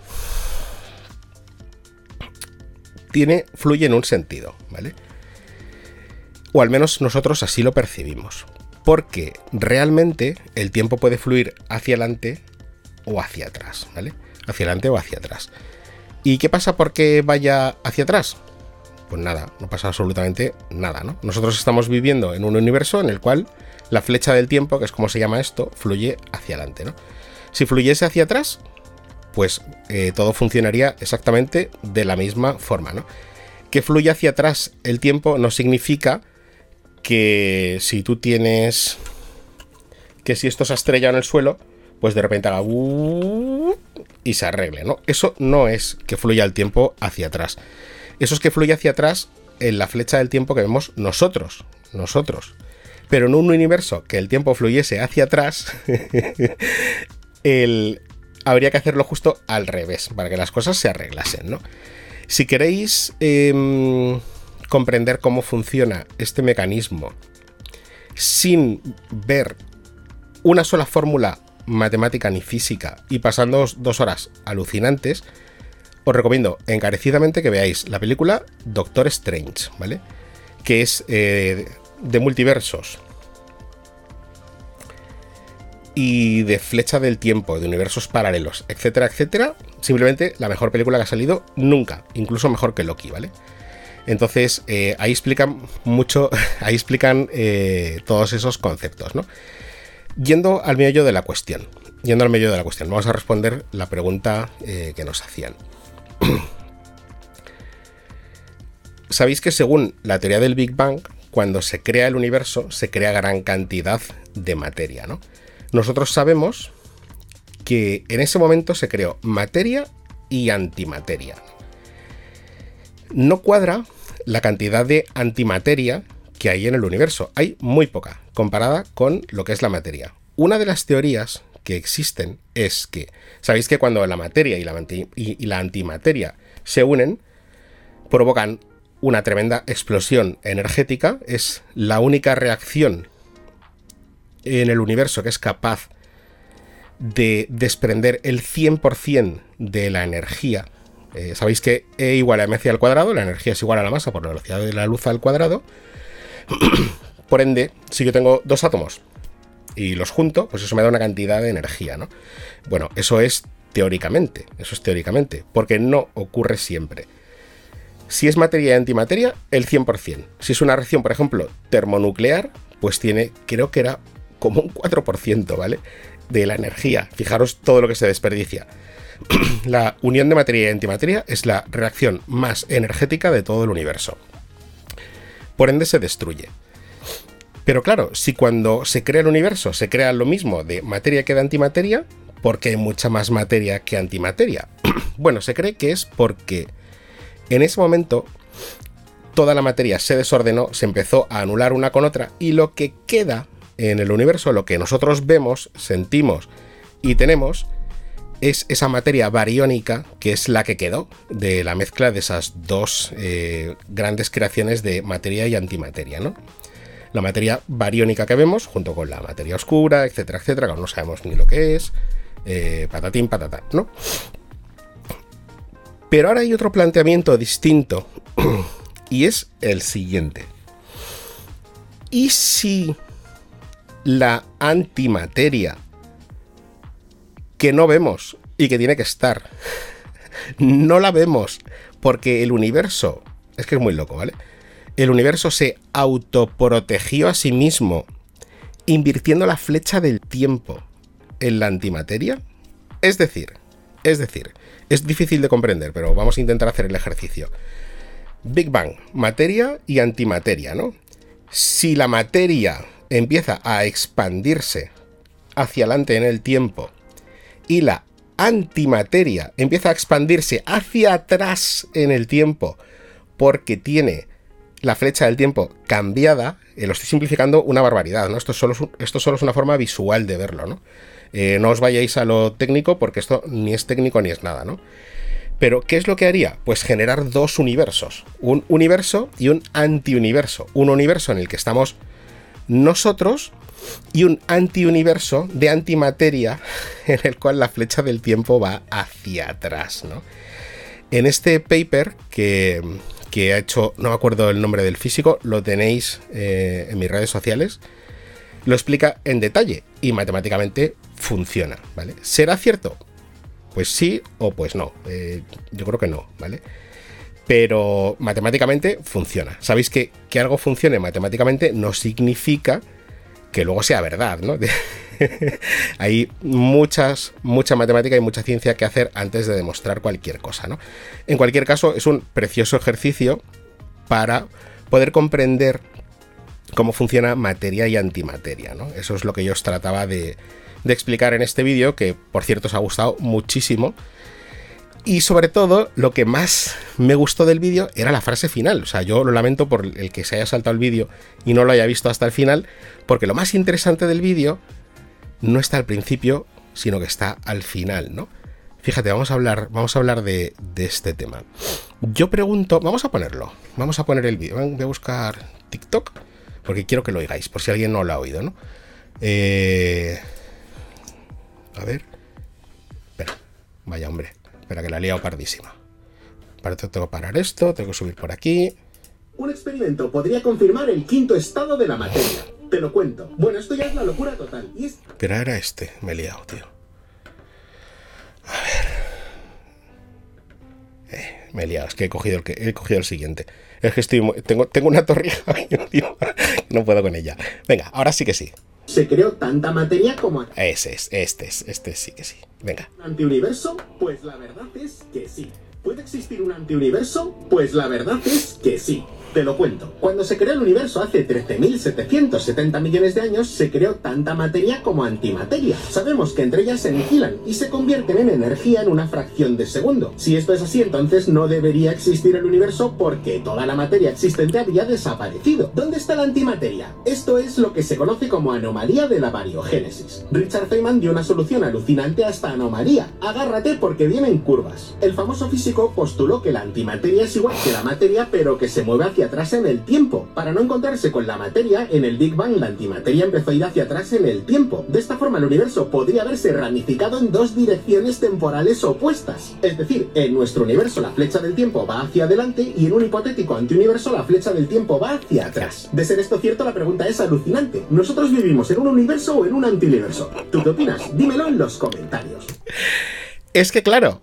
fluye en un sentido, ¿vale? O al menos nosotros así lo percibimos. Porque realmente el tiempo puede fluir hacia adelante o hacia atrás, ¿vale? Hacia adelante o hacia atrás. ¿Y qué pasa porque vaya hacia atrás? Pues nada, no pasa absolutamente nada, ¿no? Nosotros estamos viviendo en un universo en el cual la flecha del tiempo, que es como se llama esto, fluye hacia adelante, ¿no? Si fluyese hacia atrás, pues todo funcionaría exactamente de la misma forma, ¿no? Que fluya hacia atrás el tiempo no significa que si tú tienes... que si esto se ha estrellado en el suelo, pues de repente haga... y se arregle, ¿no? Eso no es que fluya el tiempo hacia atrás. Eso es que fluye hacia atrás en la flecha del tiempo que vemos nosotros. Pero en un universo que el tiempo fluyese hacia atrás, habría que hacerlo justo al revés, para que las cosas se arreglasen, ¿no? Si queréis comprender cómo funciona este mecanismo sin ver una sola fórmula matemática ni física y pasando 2 horas alucinantes, os recomiendo encarecidamente que veáis la película Doctor Strange, ¿vale? Que es de multiversos y de flecha del tiempo, de universos paralelos, etcétera, etcétera. Simplemente la mejor película que ha salido nunca, incluso mejor que Loki, ¿vale? Entonces, ahí explican mucho, ahí explican todos esos conceptos, ¿no? Yendo al meollo de la cuestión, vamos a responder la pregunta que nos hacían. Sabéis que según la teoría del Big Bang, cuando se crea el universo, se crea gran cantidad de materia, ¿no? Nosotros sabemos que en ese momento se creó materia y antimateria. No cuadra la cantidad de antimateria que hay en el universo. Hay muy poca comparada con lo que es la materia. Una de las teorías que existen es que, sabéis que cuando la materia y la antimateria se unen, provocan una tremenda explosión energética. Es la única reacción en el universo que es capaz de desprender el 100% de la energía. Sabéis que E igual a mc al cuadrado, la energía es igual a la masa por la velocidad de la luz al cuadrado. Por ende, si yo tengo 2 átomos y los junto, pues eso me da una cantidad de energía, ¿no? Bueno, eso es teóricamente, porque no ocurre siempre. Si es materia y antimateria, el 100%. Si es una reacción, por ejemplo, termonuclear, pues tiene, creo que era como un 4%, ¿vale? De la energía. Fijaros todo lo que se desperdicia. La unión de materia y antimateria es la reacción más energética de todo el universo. Por ende se destruye. Pero claro, si cuando se crea el universo se crea lo mismo de materia que de antimateria, ¿por qué hay mucha más materia que antimateria? Bueno, se cree que es porque en ese momento toda la materia se desordenó, se empezó a anular una con otra y lo que queda en el universo, lo que nosotros vemos, sentimos y tenemos, es esa materia bariónica que es la que quedó de la mezcla de esas dos grandes creaciones de materia y antimateria, ¿no? La materia bariónica que vemos, junto con la materia oscura, etcétera, etcétera, que no sabemos ni lo que es, patatín, patatán, ¿no? Pero ahora hay otro planteamiento distinto y es el siguiente. ¿Y si la antimateria que no vemos y que tiene que estar, no la vemos porque el universo, es que es muy loco, ¿vale? El universo se autoprotegió a sí mismo invirtiendo la flecha del tiempo en la antimateria? Es decir, es difícil de comprender, pero vamos a intentar hacer el ejercicio. Big Bang, materia y antimateria, ¿no? Si la materia empieza a expandirse hacia adelante en el tiempo y la antimateria empieza a expandirse hacia atrás en el tiempo porque tiene la flecha del tiempo cambiada, lo estoy simplificando una barbaridad, ¿no? Esto solo es una forma visual de verlo, ¿no? No os vayáis a lo técnico porque esto ni es técnico ni es nada, ¿no? Pero, ¿qué es lo que haría? Pues generar dos universos, un universo y un antiuniverso. Un universo en el que estamos nosotros y un antiuniverso de antimateria en el cual la flecha del tiempo va hacia atrás, ¿no? En este paper que ha hecho, no me acuerdo el nombre del físico, lo tenéis en mis redes sociales, lo explica en detalle y matemáticamente funciona, ¿vale? ¿Será cierto? Pues sí o pues no. Yo creo que no, ¿vale? Pero matemáticamente funciona. Sabéis que algo funcione matemáticamente no significa que luego sea verdad, ¿no? Hay mucha matemática y mucha ciencia que hacer antes de demostrar cualquier cosa, ¿no? En cualquier caso, es un precioso ejercicio para poder comprender cómo funciona materia y antimateria, ¿no? Eso es lo que yo os trataba de explicar en este vídeo, que por cierto os ha gustado muchísimo. Y sobre todo, lo que más me gustó del vídeo era la frase final. O sea, yo lo lamento por el que se haya saltado el vídeo y no lo haya visto hasta el final, porque lo más interesante del vídeo no está al principio, sino que está al final, ¿no? Fíjate, vamos a hablar de este tema. Yo pregunto, vamos a poner el vídeo. Voy a buscar TikTok, porque quiero que lo oigáis, por si alguien no lo ha oído, ¿no? A ver. Espera, vaya hombre. Espera, que la he liado pardísima. Para esto tengo que parar esto, tengo que subir por aquí. Un experimento podría confirmar el quinto estado de la materia. Te lo cuento. Bueno, esto ya es la locura total. Pero era este, me he liado, tío. A ver. Me he liado, es que he cogido el siguiente. Es que tengo una torrija, tío, no puedo con ella. Venga, ahora sí que sí. Se creó tanta materia como... Este sí que sí. Venga. ¿Un antiuniverso? Pues la verdad es que sí. ¿Puede existir un antiuniverso? Pues la verdad es que sí. Te lo cuento. Cuando se creó el universo hace 13.770 millones de años, se creó tanta materia como antimateria. Sabemos que entre ellas se aniquilan y se convierten en energía en una fracción de segundo. Si esto es así, entonces no debería existir el universo porque toda la materia existente había desaparecido. ¿Dónde está la antimateria? Esto es lo que se conoce como anomalía de la bariogénesis. Richard Feynman dio una solución alucinante a esta anomalía. Agárrate porque vienen curvas. El famoso físico postuló que la antimateria es igual que la materia, pero que se mueve hacia atrás en el tiempo. Para no encontrarse con la materia, en el Big Bang la antimateria empezó a ir hacia atrás en el tiempo. De esta forma el universo podría haberse ramificado en dos direcciones temporales opuestas. Es decir, en nuestro universo la flecha del tiempo va hacia adelante y en un hipotético antiuniverso la flecha del tiempo va hacia atrás. De ser esto cierto, la pregunta es alucinante. ¿Nosotros vivimos en un universo o en un antiuniverso? ¿Tú qué opinas? Dímelo en los comentarios. Es que claro,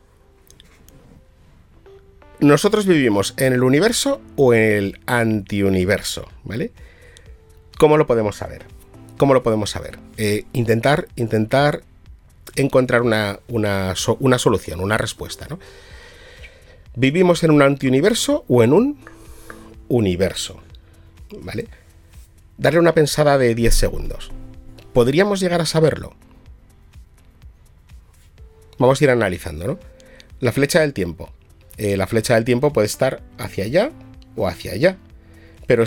nosotros vivimos en el universo o en el antiuniverso, ¿vale? ¿Cómo lo podemos saber? Intentar encontrar una solución, una respuesta, ¿no? ¿Vivimos en un antiuniverso o en un universo? ¿Vale? Darle una pensada de 10 segundos. ¿Podríamos llegar a saberlo? Vamos a ir analizando, ¿no? La flecha del tiempo. La flecha del tiempo puede estar hacia allá o hacia allá. Pero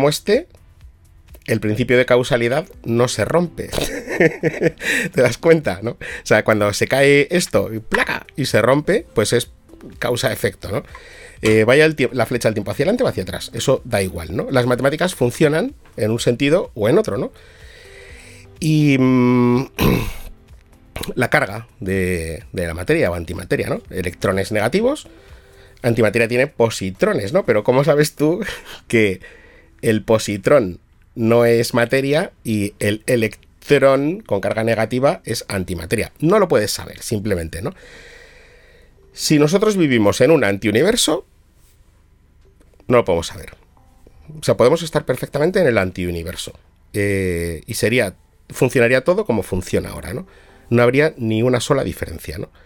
el principio de causalidad no se rompe. ¿Te das cuenta, no? O sea, cuando se cae esto y ¡placa! Y se rompe, pues es causa-efecto, ¿no? Vaya la flecha del tiempo hacia adelante o hacia atrás. Eso da igual, ¿no? Las matemáticas funcionan en un sentido o en otro, ¿no? Y la carga de la materia o antimateria, ¿no? Electrones negativos, antimateria tiene positrones, ¿no? Pero ¿cómo sabes tú que el positrón no es materia y el electrón con carga negativa es antimateria? No lo puedes saber, simplemente, ¿no? Si nosotros vivimos en un antiuniverso, no lo podemos saber. O sea, podemos estar perfectamente en el antiuniverso. Y funcionaría todo como funciona ahora, ¿no? No habría ni una sola diferencia, ¿no?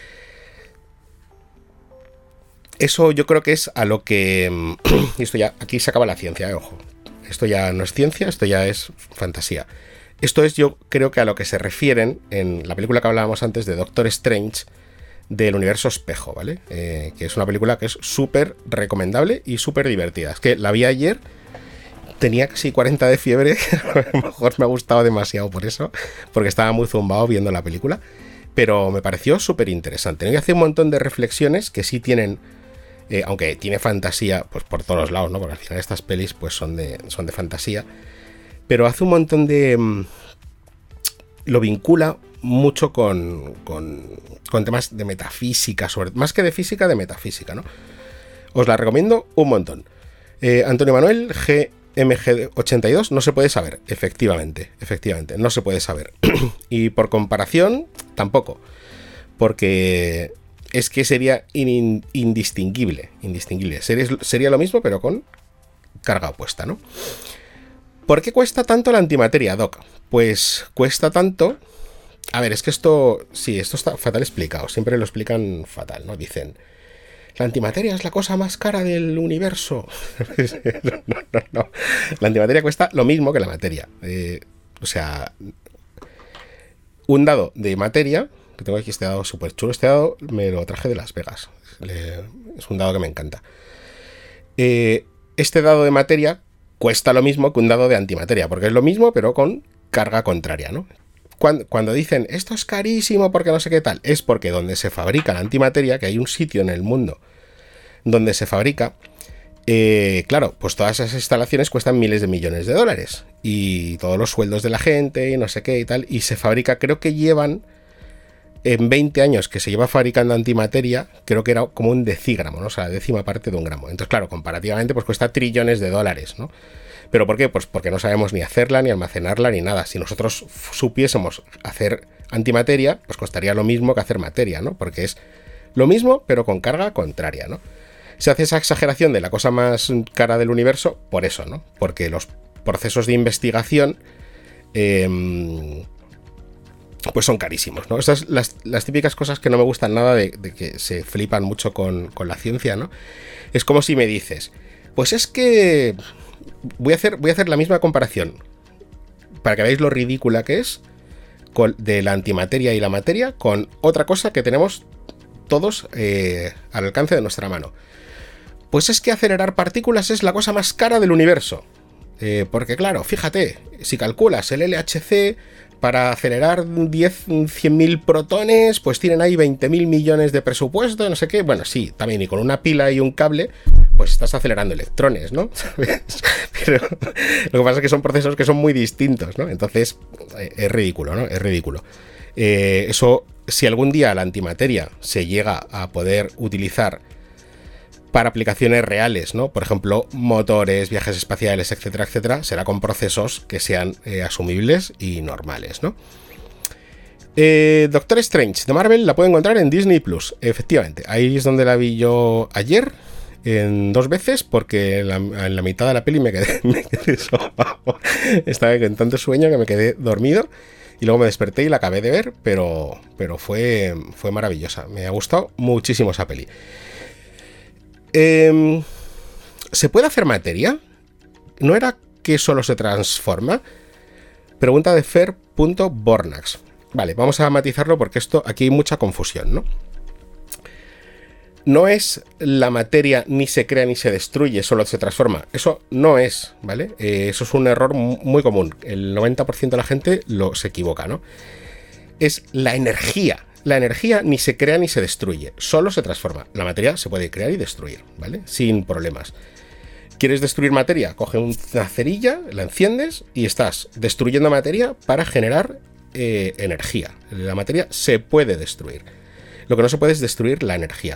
Eso yo creo que es a lo que... Esto ya, aquí se acaba la ciencia, ojo. Esto ya no es ciencia, esto ya es fantasía. Esto es, yo creo que a lo que se refieren en la película que hablábamos antes de Doctor Strange, del universo espejo, ¿vale? Que es una película que es súper recomendable y súper divertida. Es que la vi ayer, tenía casi 40 de fiebre, a lo mejor me ha gustado demasiado por eso, porque estaba muy zumbado viendo la película, pero me pareció súper interesante. Y hace un montón de reflexiones que sí tienen... aunque tiene fantasía pues por todos los lados, ¿no? Porque al final estas pelis pues son de fantasía, pero hace un montón de... lo vincula mucho con temas de metafísica, más que de física, de metafísica, ¿no? Os la recomiendo un montón. Antonio Manuel, GMG82, no se puede saber, efectivamente, no se puede saber. Y por comparación, tampoco, porque... es que sería indistinguible. Sería lo mismo, pero con carga opuesta, ¿no? ¿Por qué cuesta tanto la antimateria, Doc? Pues cuesta tanto... A ver, es que esto está fatal explicado. Siempre lo explican fatal, ¿no? Dicen, la antimateria es la cosa más cara del universo. No. La antimateria cuesta lo mismo que la materia. O sea, un dado de materia... que tengo aquí este dado súper chulo. Este dado me lo traje de Las Vegas. Es un dado que me encanta. Este dado de materia cuesta lo mismo que un dado de antimateria, porque es lo mismo, pero con carga contraria, ¿no? Cuando dicen, esto es carísimo porque no sé qué tal, es porque donde se fabrica la antimateria, que hay un sitio en el mundo donde se fabrica, claro, pues todas esas instalaciones cuestan miles de millones de dólares. Y todos los sueldos de la gente y no sé qué y tal. Y se fabrica, creo que llevan... en 20 años que se lleva fabricando antimateria, creo que era como un decígramo, ¿no? O sea, la décima parte de un gramo. Entonces, claro, comparativamente, pues cuesta trillones de dólares, ¿no? ¿Pero por qué? Pues porque no sabemos ni hacerla, ni almacenarla, ni nada. Si nosotros supiésemos hacer antimateria, pues costaría lo mismo que hacer materia, ¿no? Porque es lo mismo, pero con carga contraria, ¿no? Se hace esa exageración de la cosa más cara del universo por eso, ¿no? Porque los procesos de investigación... pues son carísimos, ¿no? Estas las típicas cosas que no me gustan nada de que se flipan mucho con la ciencia, ¿no? Es como si me dices, pues es que voy a hacer la misma comparación para que veáis lo ridícula que es de la antimateria y la materia con otra cosa que tenemos todos al alcance de nuestra mano. Pues es que acelerar partículas es la cosa más cara del universo. Porque claro, fíjate, si calculas el LHC... para acelerar 100.000 protones, pues tienen ahí 20.000 millones de presupuesto, no sé qué. Bueno, sí, también, y con una pila y un cable, pues estás acelerando electrones, ¿no? ¿Sabes? Pero lo que pasa es que son procesos que son muy distintos, ¿no? Entonces, es ridículo, ¿no? Es ridículo. Eso, si algún día la antimateria se llega a poder utilizar para aplicaciones reales, ¿no? Por ejemplo, motores, viajes espaciales, etcétera, etcétera, será con procesos que sean asumibles y normales, ¿no? Doctor Strange de Marvel la puedo encontrar en Disney Plus, efectivamente. Ahí es donde la vi yo ayer, en 2 veces, porque en la mitad de la peli me quedé sofado. Estaba con tanto sueño que me quedé dormido y luego me desperté y la acabé de ver, pero fue maravillosa. Me ha gustado muchísimo esa peli. ¿Se puede hacer materia? ¿No era que solo se transforma? Pregunta de Fer.Bornax. Vale, vamos a matizarlo porque aquí hay mucha confusión, ¿no? No es la materia ni se crea ni se destruye, solo se transforma. Eso no es, ¿vale? Eso es un error muy común. El 90% de la gente se equivoca, ¿no? Es la energía. La energía ni se crea ni se destruye, solo se transforma. La materia se puede crear y destruir, ¿vale? Sin problemas. ¿Quieres destruir materia? Coge una cerilla, la enciendes y estás destruyendo materia para generar energía. La materia se puede destruir. Lo que no se puede es destruir la energía.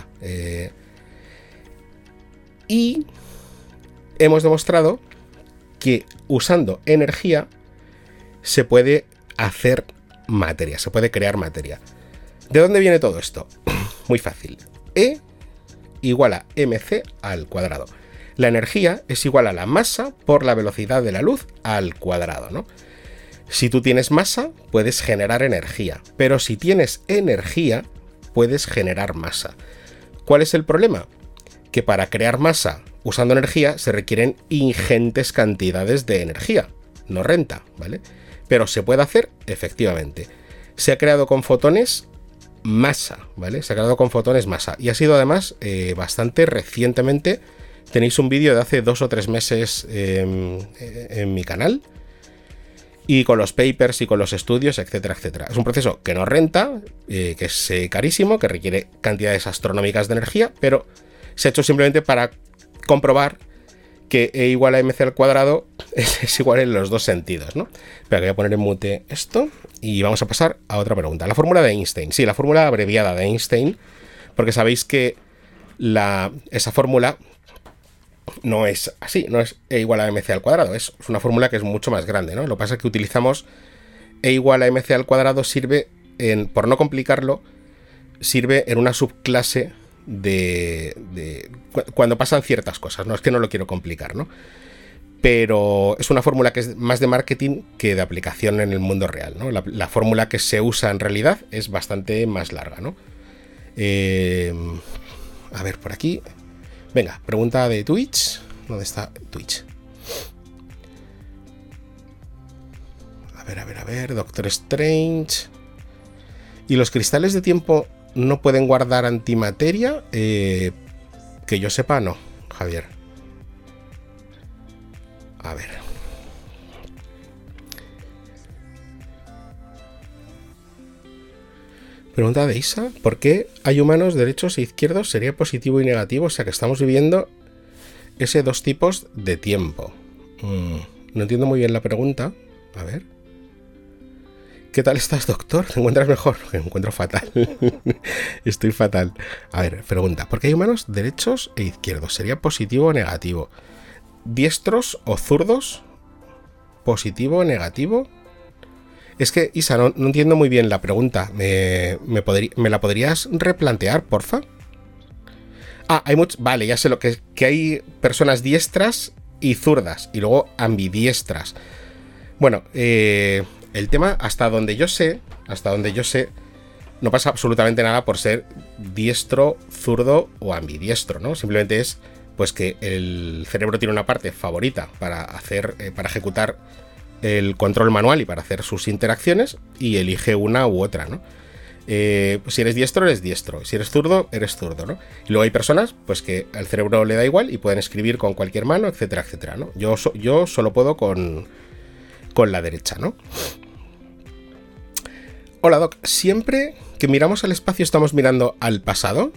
Y hemos demostrado que usando energía se puede hacer materia, se puede crear materia. ¿De dónde viene todo esto? Muy fácil. E igual a mc al cuadrado. La energía es igual a la masa por la velocidad de la luz al cuadrado, ¿no? Si tú tienes masa, puedes generar energía, pero si tienes energía, puedes generar masa. ¿Cuál es el problema? Que para crear masa usando energía se requieren ingentes cantidades de energía. No renta, ¿vale? Pero se puede hacer, efectivamente. Se ha creado con fotones masa, ¿vale? Se ha creado con fotones masa. Y ha sido además bastante recientemente. Tenéis un vídeo de hace 2 o 3 meses en mi canal. Y con los papers y con los estudios, etcétera, etcétera. Es un proceso que no renta, que es carísimo, que requiere cantidades astronómicas de energía, pero se ha hecho simplemente para comprobar que E igual a mc al cuadrado es igual en los dos sentidos, ¿no? Pero voy a poner en mute esto y vamos a pasar a otra pregunta. La fórmula de Einstein. Sí, la fórmula abreviada de Einstein, porque sabéis que esa fórmula no es así, no es E igual a mc al cuadrado, es una fórmula que es mucho más grande, ¿no? Lo que pasa es que utilizamos E igual a mc al cuadrado, sirve por no complicarlo, sirve en una subclase de cuando pasan ciertas cosas, ¿no? Es que no lo quiero complicar, ¿no? Pero es una fórmula que es más de marketing que de aplicación en el mundo real, ¿no? La fórmula que se usa en realidad es bastante más larga, ¿no? A ver, por aquí. Venga, pregunta de Twitch. ¿Dónde está Twitch? A ver, Doctor Strange. ¿Y los cristales de tiempo no pueden guardar antimateria? Que yo sepa, no, Javier. A ver. Pregunta de Isa. ¿Por qué hay humanos derechos e izquierdos? Sería positivo y negativo. O sea que estamos viviendo ese dos tipos de tiempo. No entiendo muy bien la pregunta. A ver. ¿Qué tal estás, doctor? ¿Te encuentras mejor? Me encuentro fatal. Estoy fatal. A ver, pregunta. ¿Por qué hay humanos derechos e izquierdos? ¿Sería positivo o negativo? ¿Diestros o zurdos? ¿Positivo o negativo? Es que, Isa, no entiendo muy bien la pregunta. ¿Me la podrías replantear, porfa? Ah, vale, ya sé lo que hay personas diestras y zurdas. Y luego ambidiestras. Bueno, el tema, hasta donde yo sé, no pasa absolutamente nada por ser diestro, zurdo o ambidiestro, ¿no? Simplemente es pues que el cerebro tiene una parte favorita para ejecutar el control manual y para hacer sus interacciones, y elige una u otra, ¿no? Si eres diestro, eres diestro. Si eres zurdo, eres zurdo, ¿no? Y luego hay personas pues que al cerebro le da igual y pueden escribir con cualquier mano, etcétera, etcétera, ¿no? Yo solo puedo con la derecha, ¿no? Hola, Doc. ¿Siempre que miramos al espacio estamos mirando al pasado?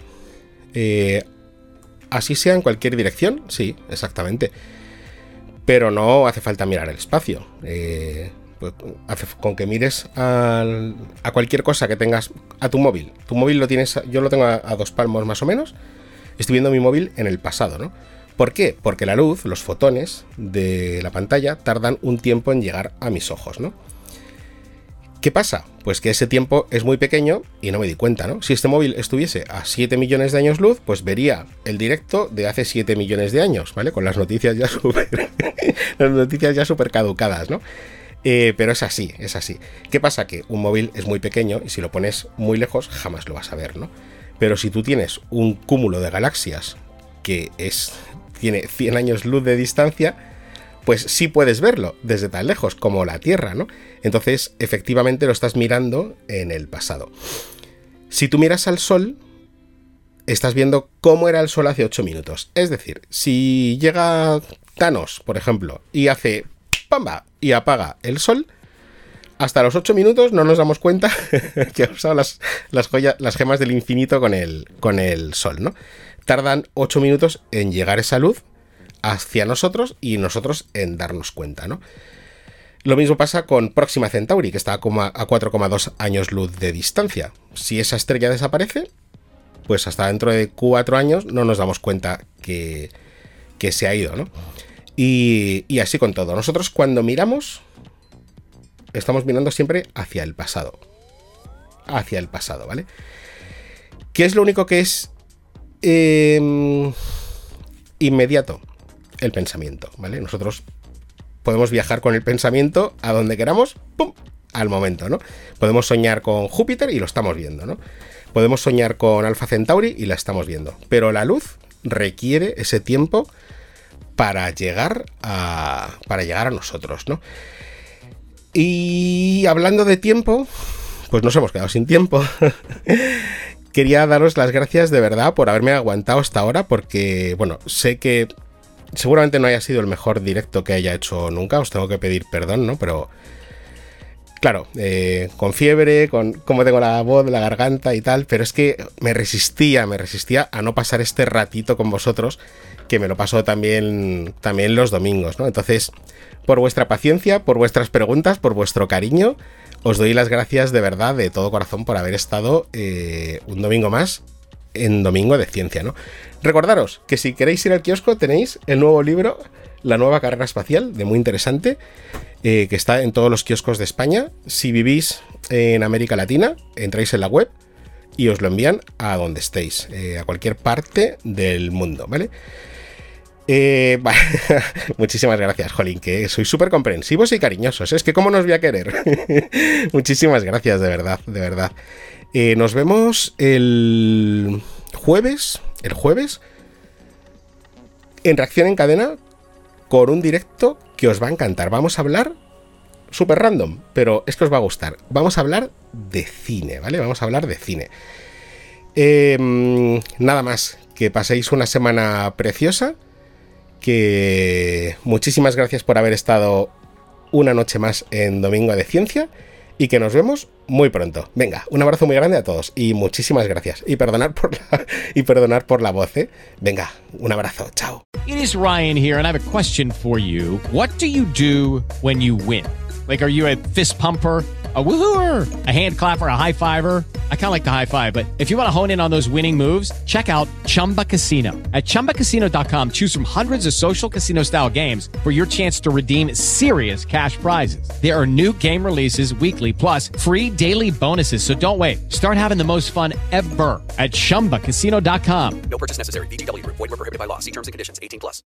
Así sea en cualquier dirección, sí, exactamente. Pero no hace falta mirar el espacio. Pues con que mires a cualquier cosa que tengas, a tu móvil. Tu móvil lo tienes, yo lo tengo a 2 palmos más o menos. Estoy viendo mi móvil en el pasado, ¿no? ¿Por qué? Porque la luz, los fotones de la pantalla tardan un tiempo en llegar a mis ojos, ¿no? ¿Qué pasa? Pues que ese tiempo es muy pequeño y no me di cuenta, ¿no? Si este móvil estuviese a 7 millones de años luz, pues vería el directo de hace 7 millones de años, ¿vale? Con las noticias ya súper caducadas, ¿no? Pero es así, es así. ¿Qué pasa? Que un móvil es muy pequeño y si lo pones muy lejos jamás lo vas a ver, ¿no? Pero si tú tienes un cúmulo de galaxias que tiene 100 años luz de distancia, pues sí puedes verlo desde tan lejos como la Tierra, ¿no? Entonces, efectivamente lo estás mirando en el pasado. Si tú miras al Sol, estás viendo cómo era el Sol hace 8 minutos. Es decir, si llega Thanos, por ejemplo, y hace ¡pamba! Y apaga el Sol, hasta los 8 minutos no nos damos cuenta que ha usado las gemas del infinito con el Sol, ¿no? Tardan 8 minutos en llegar esa luz hacia nosotros y nosotros en darnos cuenta, ¿no? Lo mismo pasa con Próxima Centauri, que está como a 4,2 años luz de distancia. Si esa estrella desaparece, pues hasta dentro de 4 años no nos damos cuenta que se ha ido, ¿no? Y así con todo. Nosotros cuando miramos, estamos mirando siempre hacia el pasado. Hacia el pasado, ¿vale? ¿Qué es lo único que es inmediato? El pensamiento, ¿vale? Nosotros podemos viajar con el pensamiento a donde queramos, ¡pum!, al momento, ¿no? Podemos soñar con Júpiter y lo estamos viendo, ¿no? Podemos soñar con Alpha Centauri y la estamos viendo. Pero la luz requiere ese tiempo para llegar a nosotros, ¿no? Y hablando de tiempo, pues nos hemos quedado sin tiempo. Quería daros las gracias de verdad por haberme aguantado hasta ahora, porque, bueno, sé que seguramente no haya sido el mejor directo que haya hecho nunca, os tengo que pedir perdón, ¿no? Pero, claro, con fiebre, con cómo tengo la voz, la garganta y tal, pero es que me resistía a no pasar este ratito con vosotros, que me lo paso también los domingos, ¿no? Entonces, por vuestra paciencia, por vuestras preguntas, por vuestro cariño, os doy las gracias de verdad, de todo corazón, por haber estado un domingo más en Domingo de Ciencia, ¿no? Recordaros que si queréis ir al kiosco tenéis el nuevo libro, La nueva carrera espacial, de muy interesante, que está en todos los kioscos de España. Si vivís en América Latina, entráis en la web y os lo envían a donde estéis, a cualquier parte del mundo, ¿vale? Muchísimas gracias, Jolín, que sois súper comprensivos y cariñosos. Es que cómo nos voy a querer. Muchísimas gracias, de verdad, de verdad. Nos vemos el jueves en Reacción en Cadena con un directo que os va a encantar. Vamos a hablar súper random, pero es que os va a gustar. Vamos a hablar de cine, ¿vale? Vamos a hablar de cine. Nada más, que paséis una semana preciosa, que muchísimas gracias por haber estado una noche más en Domingo de Ciencia y que nos vemos muy pronto. Venga, un abrazo muy grande a todos y muchísimas gracias. Y perdonad por la voz, ¿eh? Venga, un abrazo, chao. It is Ryan here, and I have a question for you. What do you do when you win? Like, are you a fist pumper, a woohooer, a hand clapper, a high fiver? I kind of like the high five, but if you want to hone in on those winning moves, check out Chumba Casino. At ChumbaCasino.com, choose from hundreds of social casino style games for your chance to redeem serious cash prizes. There are new game releases weekly, plus free daily bonuses. So don't wait. Start having the most fun ever at ChumbaCasino.com. No purchase necessary. VGW Group. Void where prohibited by law. See terms and conditions. 18+.